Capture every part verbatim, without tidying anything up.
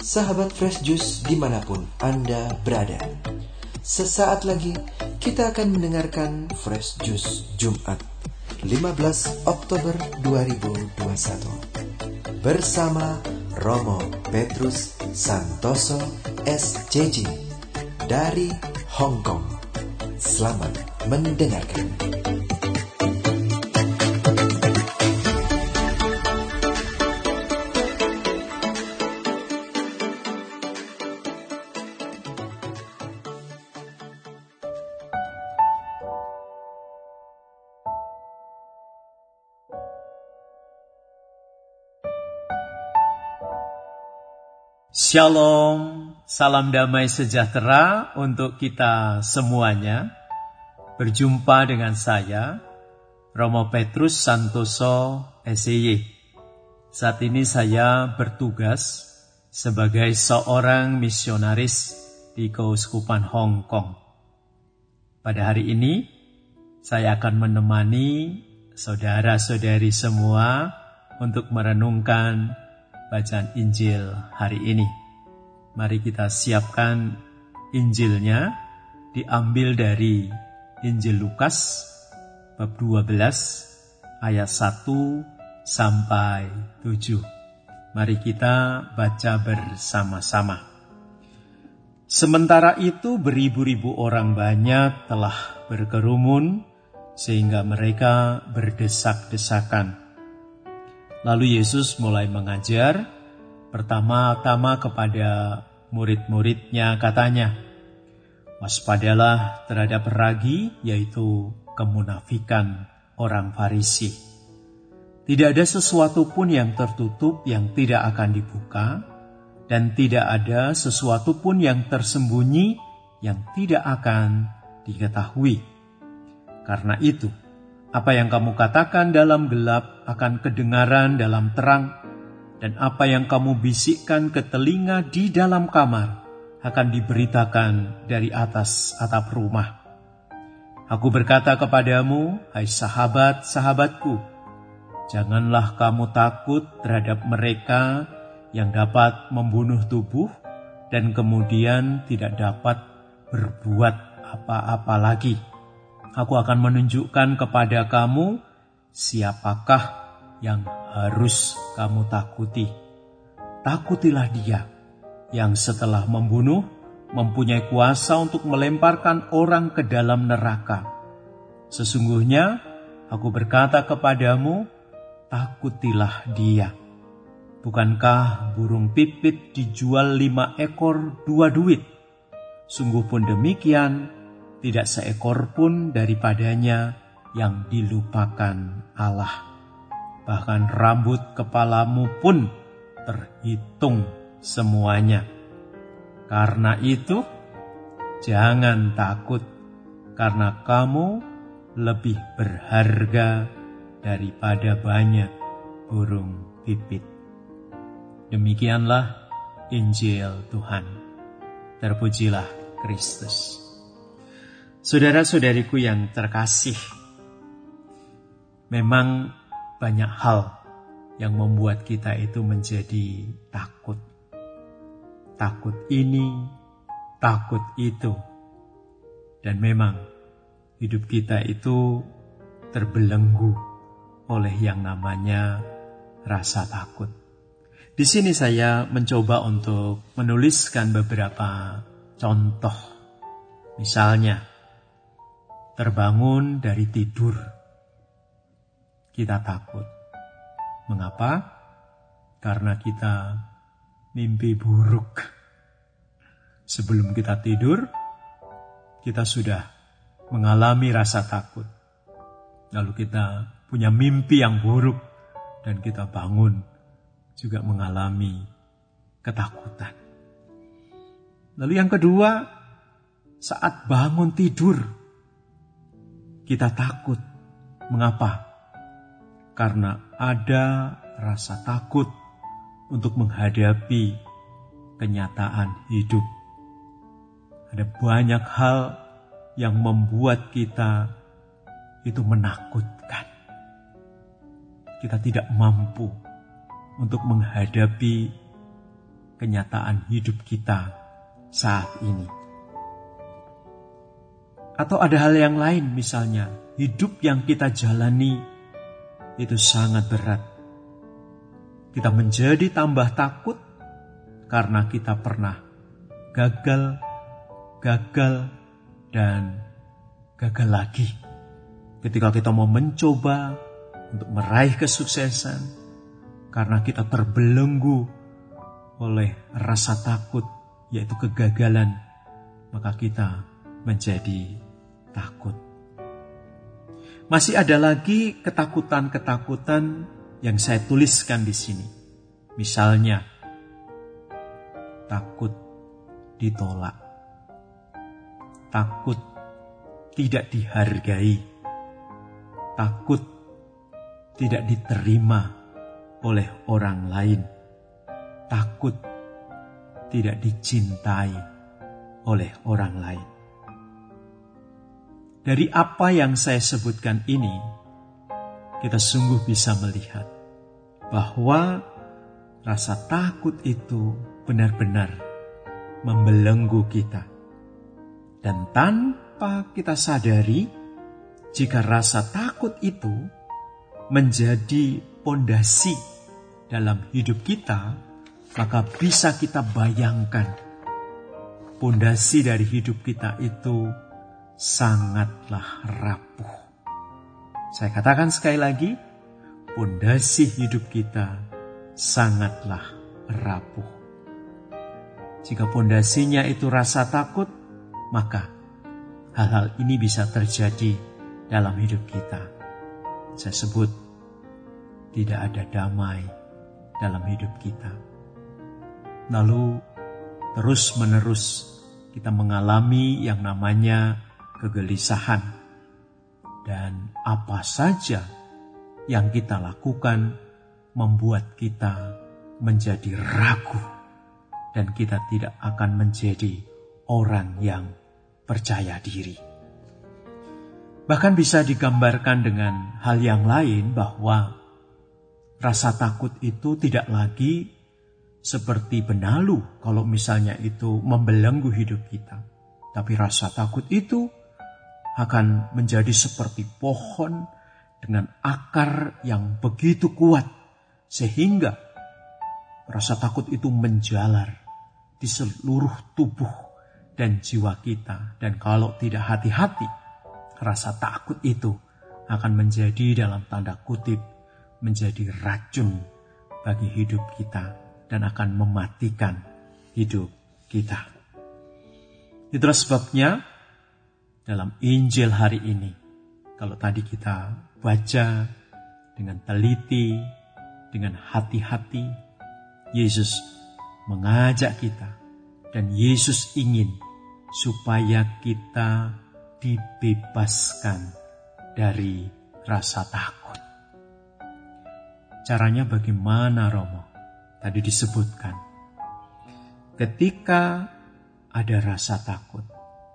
sahabat Fresh Juice dimanapun Anda berada. Sesaat lagi kita akan mendengarkan Fresh Juice Jumat lima belas Oktober dua ribu dua puluh satu bersama Romo Petrus Santoso S C G dari Hong Kong. Selamat mendengarkan. Shalom, salam damai sejahtera untuk kita semuanya. Berjumpa dengan saya, Romo Petrus Santoso S C G. Saat ini saya bertugas sebagai seorang misionaris di Keuskupan Hong Kong. Pada hari ini, saya akan menemani saudara-saudari semua untuk merenungkan bacaan Injil hari ini. Mari kita siapkan Injilnya, diambil dari Injil Lukas bab dua belas ayat satu sampai tujuh. Mari kita baca bersama-sama. Sementara itu beribu-ribu orang banyak telah berkerumun sehingga mereka berdesak-desakan. Lalu Yesus mulai mengajar, pertama-tama kepada murid-muridnya katanya, waspadalah terhadap ragi, yaitu kemunafikan orang Farisi. Tidak ada sesuatu pun yang tertutup yang tidak akan dibuka, dan tidak ada sesuatu pun yang tersembunyi yang tidak akan diketahui. Karena itu, apa yang kamu katakan dalam gelap akan kedengaran dalam terang, dan apa yang kamu bisikkan ke telinga di dalam kamar akan diberitakan dari atas atap rumah. Aku berkata kepadamu, hai sahabat-sahabatku, janganlah kamu takut terhadap mereka yang dapat membunuh tubuh dan kemudian tidak dapat berbuat apa-apa lagi. Aku akan menunjukkan kepada kamu siapakah yang harus kamu takuti. Takutilah dia yang setelah membunuh mempunyai kuasa untuk melemparkan orang ke dalam neraka. Sesungguhnya aku berkata kepadamu, takutilah dia. Bukankah burung pipit dijual lima ekor dua duit? Sungguh pun demikian, tidak seekor pun daripadanya yang dilupakan Allah. Bahkan rambut kepalamu pun terhitung semuanya. Karena itu, jangan takut, karena kamu lebih berharga daripada banyak burung pipit. Demikianlah Injil Tuhan. Terpujilah Kristus. Saudara-saudariku yang terkasih, memang banyak hal yang membuat kita itu menjadi takut. Takut ini, takut itu. Dan memang hidup kita itu terbelenggu oleh yang namanya rasa takut. Di sini saya mencoba untuk menuliskan beberapa contoh. Misalnya, terbangun dari tidur, kita takut. Mengapa? Karena kita mimpi buruk. Sebelum kita tidur, kita sudah mengalami rasa takut. Lalu kita punya mimpi yang buruk, dan kita bangun juga mengalami ketakutan. Lalu yang kedua, saat bangun tidur, kita takut. Mengapa? Karena ada rasa takut untuk menghadapi kenyataan hidup. Ada banyak hal yang membuat kita itu menakutkan. Kita tidak mampu untuk menghadapi kenyataan hidup kita saat ini. Atau ada hal yang lain, misalnya hidup yang kita jalani itu sangat berat. Kita menjadi tambah takut karena kita pernah gagal, gagal, dan gagal lagi. Ketika kita mau mencoba untuk meraih kesuksesan, karena kita terbelenggu oleh rasa takut, yaitu kegagalan, maka kita menjadi takut. Masih ada lagi ketakutan-ketakutan yang saya tuliskan di sini. Misalnya, takut ditolak, takut tidak dihargai, takut tidak diterima oleh orang lain, takut tidak dicintai oleh orang lain. Dari apa yang saya sebutkan ini, kita sungguh bisa melihat bahwa rasa takut itu benar-benar membelenggu kita. Dan tanpa kita sadari, jika rasa takut itu menjadi pondasi dalam hidup kita, maka bisa kita bayangkan pondasi dari hidup kita itu sangatlah rapuh. Saya katakan sekali lagi, pondasi hidup kita sangatlah rapuh. Jika pondasinya itu rasa takut, maka hal-hal ini bisa terjadi dalam hidup kita. Saya sebut, tidak ada damai dalam hidup kita. Lalu terus-menerus kita mengalami yang namanya kegelisahan. Dan apa saja yang kita lakukan membuat kita menjadi ragu. Dan kita tidak akan menjadi orang yang percaya diri. Bahkan bisa digambarkan dengan hal yang lain, bahwa rasa takut itu tidak lagi seperti benalu kalau misalnya itu membelenggu hidup kita. Tapi rasa takut itu akan menjadi seperti pohon dengan akar yang begitu kuat, sehingga rasa takut itu menjalar di seluruh tubuh dan jiwa kita. Dan kalau tidak hati-hati, rasa takut itu akan menjadi dalam tanda kutip menjadi racun bagi hidup kita dan akan mematikan hidup kita. Itulah sebabnya dalam Injil hari ini, kalau tadi kita baca dengan teliti, dengan hati-hati, Yesus mengajak kita, dan Yesus ingin supaya kita dibebaskan dari rasa takut. Caranya bagaimana, Romo? Tadi disebutkan, ketika ada rasa takut,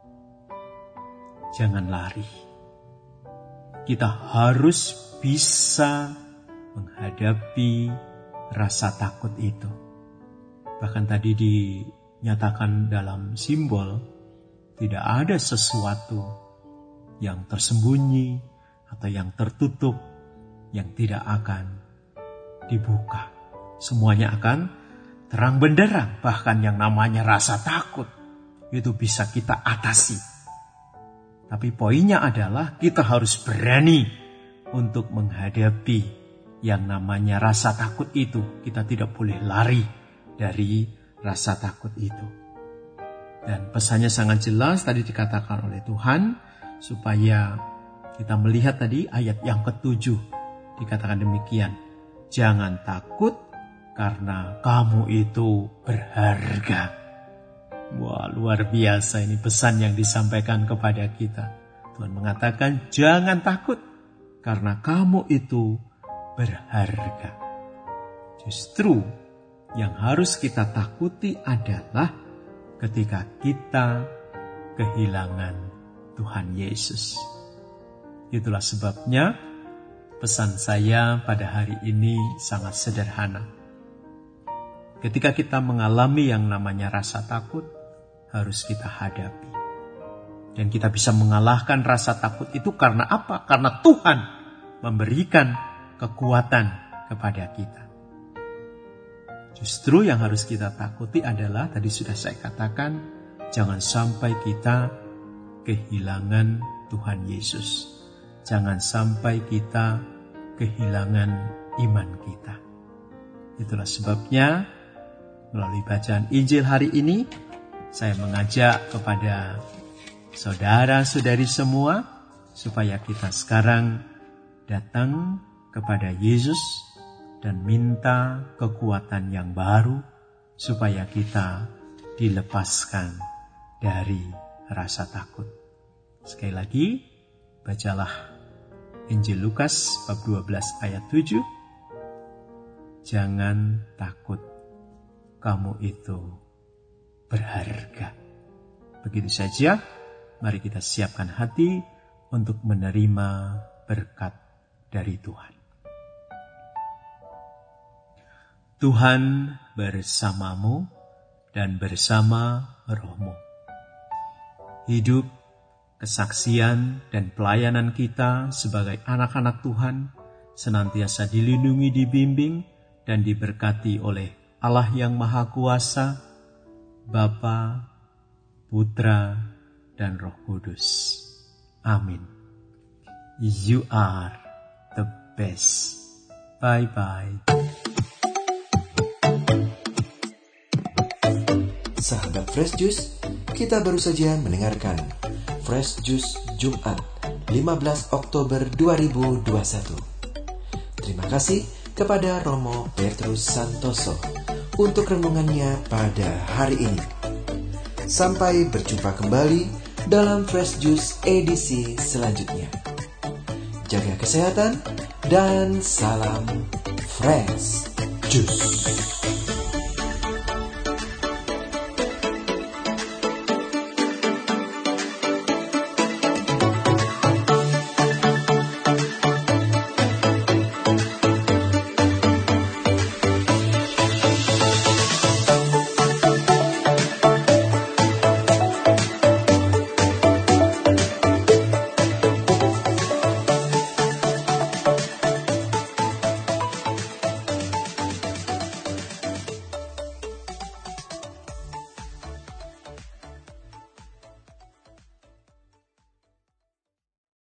jangan lari. Kita harus bisa menghadapi rasa takut itu. Bahkan tadi dinyatakan dalam simbol, tidak ada sesuatu yang tersembunyi atau yang tertutup yang tidak akan dibuka. Semuanya akan terang benderang. Bahkan yang namanya rasa takut itu bisa kita atasi. Tapi poinnya adalah kita harus berani untuk menghadapi yang namanya rasa takut itu. Kita tidak boleh lari dari rasa takut itu. Dan pesannya sangat jelas tadi dikatakan oleh Tuhan, supaya kita melihat tadi ayat yang ketujuh, dikatakan demikian, jangan takut karena kamu itu berharga. Wah, luar biasa ini pesan yang disampaikan kepada kita. Tuhan mengatakan jangan takut karena kamu itu berharga. Justru yang harus kita takuti adalah ketika kita kehilangan Tuhan Yesus. Itulah sebabnya pesan saya pada hari ini sangat sederhana. ketika kita mengalami yang namanya rasa takut, harus kita hadapi. Dan kita bisa mengalahkan rasa takut itu karena apa? Karena Tuhan memberikan kekuatan kepada kita. Justru yang harus kita takuti adalah, tadi sudah saya katakan, jangan sampai kita kehilangan Tuhan Yesus. Jangan sampai kita kehilangan iman kita. Itulah sebabnya melalui bacaan Injil hari ini, saya mengajak kepada saudara-saudari semua supaya kita sekarang datang kepada Yesus dan minta kekuatan yang baru supaya kita dilepaskan dari rasa takut. Sekali lagi, bacalah Injil Lukas bab dua belas ayat tujuh. Jangan takut, kamu itu berharga. Begitu saja, mari kita siapkan hati untuk menerima berkat dari Tuhan. Tuhan bersamamu dan bersama rohmu. Hidup, kesaksian, dan pelayanan kita sebagai anak-anak Tuhan senantiasa dilindungi, dibimbing, dan diberkati oleh Allah yang Maha Kuasa, Bapa, Putra, dan Roh Kudus. Amin. You are the best. Bye-bye. Sahabat Fresh Juice, kita baru saja mendengarkan Fresh Juice Jumat lima belas Oktober dua ribu dua puluh satu. Terima kasih kepada Romo Petrus Santoso untuk renungannya pada hari ini. Sampai berjumpa kembali dalam Fresh Juice edisi selanjutnya. Jaga kesehatan dan salam Fresh Juice.